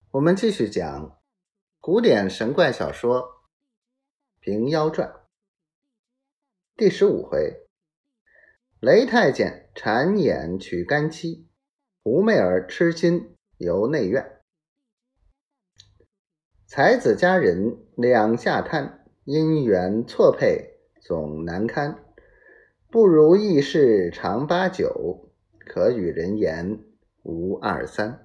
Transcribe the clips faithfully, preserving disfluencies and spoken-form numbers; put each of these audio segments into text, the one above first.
我们继续讲古典神怪小说《平妖传》第十五回，雷太监谗眼娶干妻，胡媚儿痴心游内院。才子佳人两下摊，姻缘错配总难堪。不如意事常八九，可与人言无二三。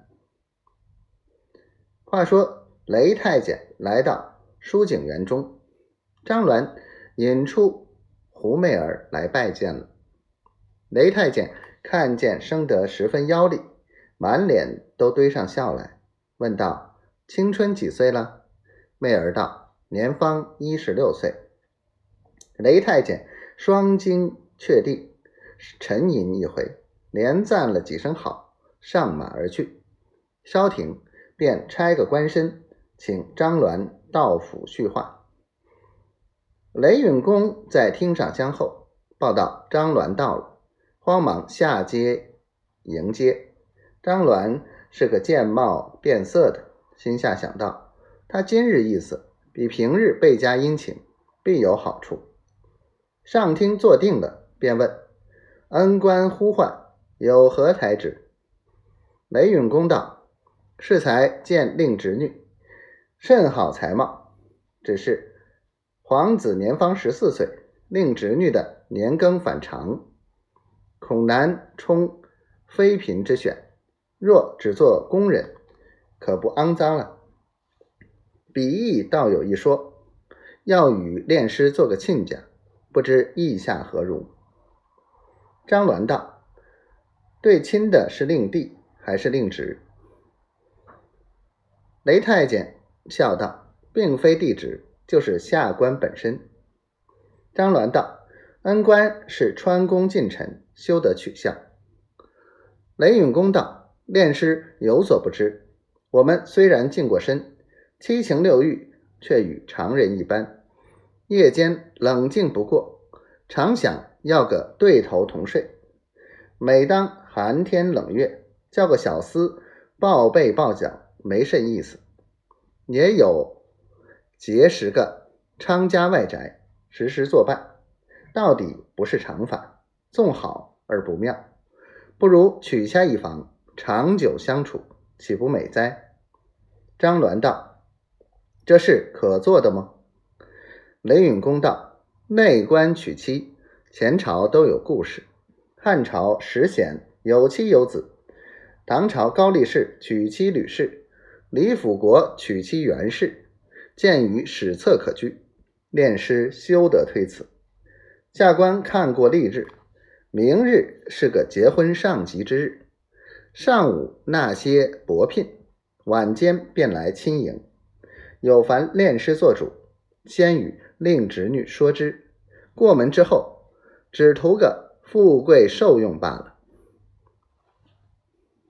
话说雷太监来到书景园中，张鸾引出胡媚儿来拜见了。雷太监看见生得十分妖丽，满脸都堆上笑来，问道：青春几岁了？媚儿道：年方一十六岁。雷太监双睛确定，沉吟一回，连赞了几声好，上马而去。稍停，便差个官绅请张鸾到府叙话。雷允公在厅上相候，报道张鸾到了，慌忙下阶迎接。张鸾是个见貌变色的，心下想到，他今日意思比平日倍加殷勤，必有好处。上厅坐定了，便问：恩官呼唤，有何才旨？雷允公道：适才见令侄女，甚好才貌，只是皇子年方十四岁，令侄女的年庚反常，恐难充妃嫔之选，若只做工人，可不肮脏了。比翼倒有一说，要与炼师做个亲家，不知意下何如？张鸾道：对亲的是令弟还是令侄？雷太监笑道：并非弟侄，就是下官本身。张鸾道：恩官是川宫近臣，休得取笑。雷允公道：炼师有所不知，我们虽然近过身，七情六欲却与常人一般，夜间冷静不过，常想要个对头同睡。每当寒天冷月，叫个小厮抱背抱脚，没甚意思。也有结识个昌家外宅，时时作伴，到底不是常法，纵好而不妙，不如取下一房，长久相处，岂不美哉？张鸾道：这事可做的吗？雷允公道：内官娶妻，前朝都有故事。汉朝石显有妻有子，唐朝高力士娶妻吕氏，李辅国娶妻袁氏，见于史册可据，炼师休得推辞。下官看过历日，明日是个结婚上吉之日，上午纳些薄聘，晚间便来亲迎。有烦炼师做主，先与令侄女说之，过门之后，只图个富贵受用罢了。